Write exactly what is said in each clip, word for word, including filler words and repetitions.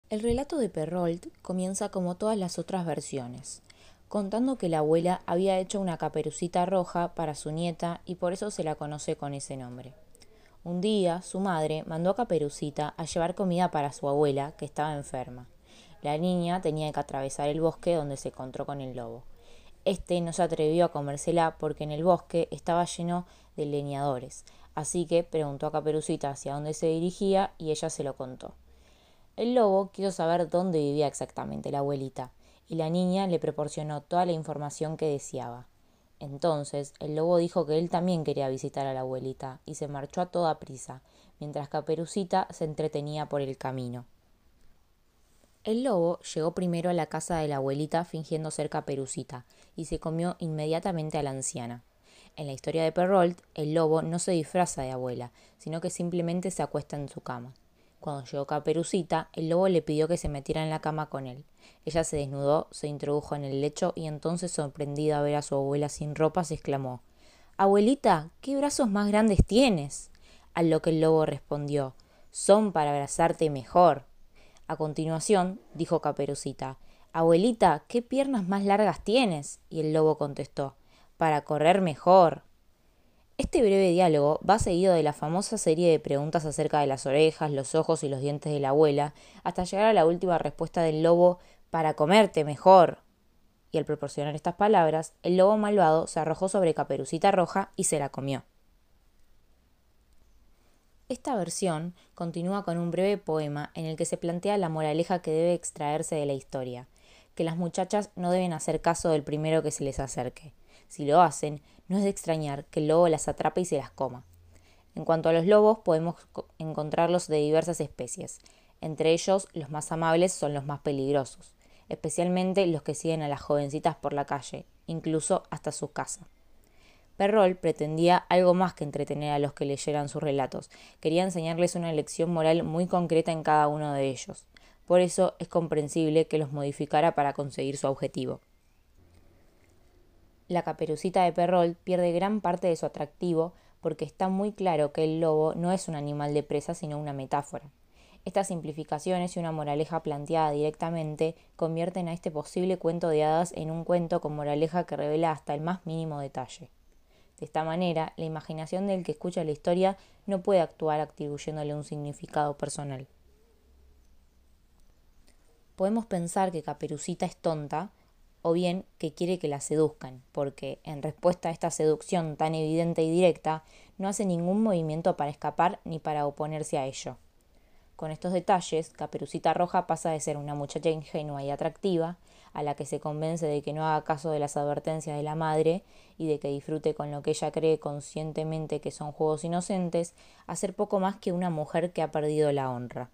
El relato de Perrault comienza como todas las otras versiones, contando que la abuela había hecho una caperucita roja para su nieta y por eso se la conoce con ese nombre. Un día, su madre mandó a Caperucita a llevar comida para su abuela, que estaba enferma. La niña tenía que atravesar el bosque donde se encontró con el lobo. Este no se atrevió a comérsela porque en el bosque estaba lleno de leñadores, así que preguntó a Caperucita hacia dónde se dirigía y ella se lo contó. El lobo quiso saber dónde vivía exactamente la abuelita, y la niña le proporcionó toda la información que deseaba. Entonces el lobo dijo que él también quería visitar a la abuelita, y se marchó a toda prisa, mientras Caperucita se entretenía por el camino. El lobo llegó primero a la casa de la abuelita fingiendo ser Caperucita, y se comió inmediatamente a la anciana. En la historia de Perrault, el lobo no se disfraza de abuela, sino que simplemente se acuesta en su cama. Cuando llegó Caperucita, el lobo le pidió que se metiera en la cama con él. Ella se desnudó, se introdujo en el lecho y entonces, sorprendida a ver a su abuela sin ropa, se exclamó: «Abuelita, ¿qué brazos más grandes tienes?». A lo que el lobo respondió: «Son para abrazarte mejor». A continuación, dijo Caperucita: «Abuelita, ¿qué piernas más largas tienes?». Y el lobo contestó: «Para correr mejor». Este breve diálogo va seguido de la famosa serie de preguntas acerca de las orejas, los ojos y los dientes de la abuela, hasta llegar a la última respuesta del lobo: «para comerte mejor». Y al proporcionar estas palabras, el lobo malvado se arrojó sobre Caperucita Roja y se la comió. Esta versión continúa con un breve poema en el que se plantea la moraleja que debe extraerse de la historia, que las muchachas no deben hacer caso del primero que se les acerque. Si lo hacen, no es de extrañar que el lobo las atrape y se las coma. En cuanto a los lobos, podemos encontrarlos de diversas especies. Entre ellos, los más amables son los más peligrosos, especialmente los que siguen a las jovencitas por la calle, incluso hasta su casa. Perrault pretendía algo más que entretener a los que leyeran sus relatos. Quería enseñarles una lección moral muy concreta en cada uno de ellos. Por eso es comprensible que los modificara para conseguir su objetivo. La Caperucita de Perrault pierde gran parte de su atractivo porque está muy claro que el lobo no es un animal de presa sino una metáfora. Estas simplificaciones y una moraleja planteada directamente convierten a este posible cuento de hadas en un cuento con moraleja que revela hasta el más mínimo detalle. De esta manera, la imaginación del que escucha la historia no puede actuar atribuyéndole un significado personal. Podemos pensar que Caperucita es tonta, o bien que quiere que la seduzcan, porque, en respuesta a esta seducción tan evidente y directa, no hace ningún movimiento para escapar ni para oponerse a ello. Con estos detalles, Caperucita Roja pasa de ser una muchacha ingenua y atractiva, a la que se convence de que no haga caso de las advertencias de la madre y de que disfrute con lo que ella cree conscientemente que son juegos inocentes, a ser poco más que una mujer que ha perdido la honra.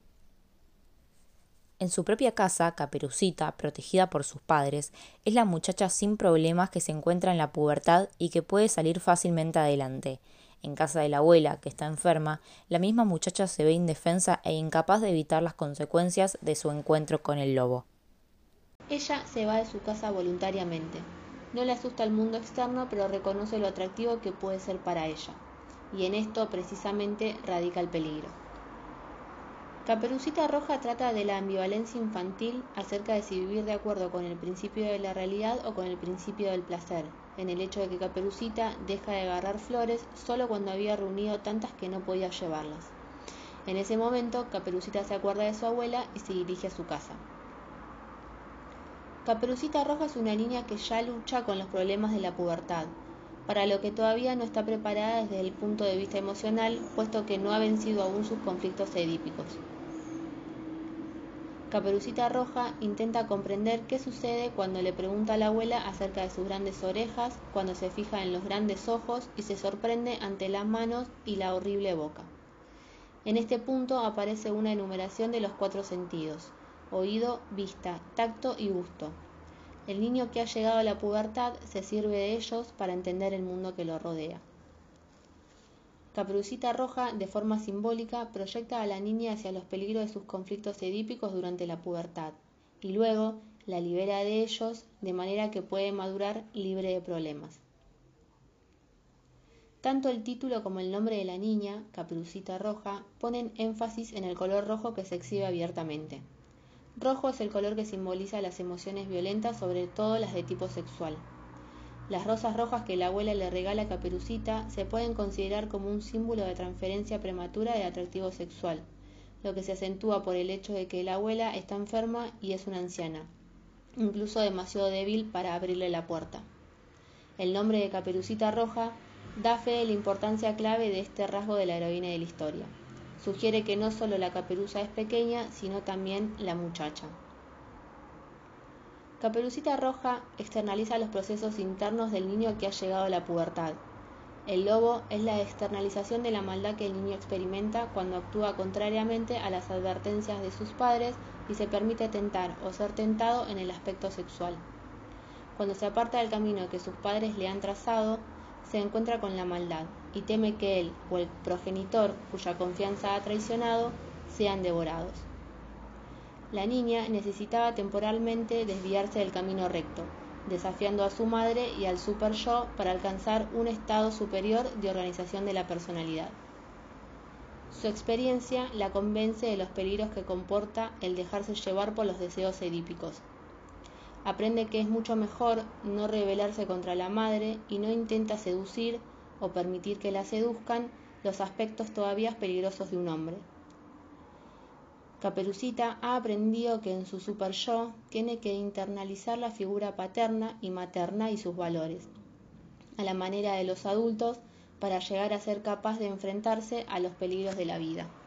En su propia casa, Caperucita, protegida por sus padres, es la muchacha sin problemas que se encuentra en la pubertad y que puede salir fácilmente adelante. En casa de la abuela, que está enferma, la misma muchacha se ve indefensa e incapaz de evitar las consecuencias de su encuentro con el lobo. Ella se va de su casa voluntariamente. No le asusta el mundo externo, pero reconoce lo atractivo que puede ser para ella. Y en esto precisamente radica el peligro. Caperucita Roja trata de la ambivalencia infantil acerca de si vivir de acuerdo con el principio de la realidad o con el principio del placer, en el hecho de que Caperucita deja de agarrar flores solo cuando había reunido tantas que no podía llevarlas. En ese momento, Caperucita se acuerda de su abuela y se dirige a su casa. Caperucita Roja es una niña que ya lucha con los problemas de la pubertad, para lo que todavía no está preparada desde el punto de vista emocional, puesto que no ha vencido aún sus conflictos edípicos. Caperucita Roja intenta comprender qué sucede cuando le pregunta a la abuela acerca de sus grandes orejas, cuando se fija en los grandes ojos y se sorprende ante las manos y la horrible boca. En este punto aparece una enumeración de los cuatro sentidos: oído, vista, tacto y gusto. El niño que ha llegado a la pubertad se sirve de ellos para entender el mundo que lo rodea. Caperucita Roja, de forma simbólica, proyecta a la niña hacia los peligros de sus conflictos edípicos durante la pubertad, y luego la libera de ellos de manera que puede madurar libre de problemas. Tanto el título como el nombre de la niña, Caperucita Roja, ponen énfasis en el color rojo que se exhibe abiertamente. Rojo es el color que simboliza las emociones violentas, sobre todo las de tipo sexual. Las rosas rojas que la abuela le regala a Caperucita se pueden considerar como un símbolo de transferencia prematura de atractivo sexual, lo que se acentúa por el hecho de que la abuela está enferma y es una anciana, incluso demasiado débil para abrirle la puerta. El nombre de Caperucita Roja da fe de la importancia clave de este rasgo de la heroína de la historia. Sugiere que no solo la caperuza es pequeña, sino también la muchacha. Caperucita Roja externaliza los procesos internos del niño que ha llegado a la pubertad. El lobo es la externalización de la maldad que el niño experimenta cuando actúa contrariamente a las advertencias de sus padres y se permite tentar o ser tentado en el aspecto sexual. Cuando se aparta del camino que sus padres le han trazado, se encuentra con la maldad y teme que él o el progenitor, cuya confianza ha traicionado, sean devorados. La niña necesitaba temporalmente desviarse del camino recto, desafiando a su madre y al super yo para alcanzar un estado superior de organización de la personalidad. Su experiencia la convence de los peligros que comporta el dejarse llevar por los deseos edípicos. Aprende que es mucho mejor no rebelarse contra la madre y no intenta seducir o permitir que la seduzcan los aspectos todavía peligrosos de un hombre. Caperucita ha aprendido que en su super yo tiene que internalizar la figura paterna y materna y sus valores, a la manera de los adultos, para llegar a ser capaz de enfrentarse a los peligros de la vida.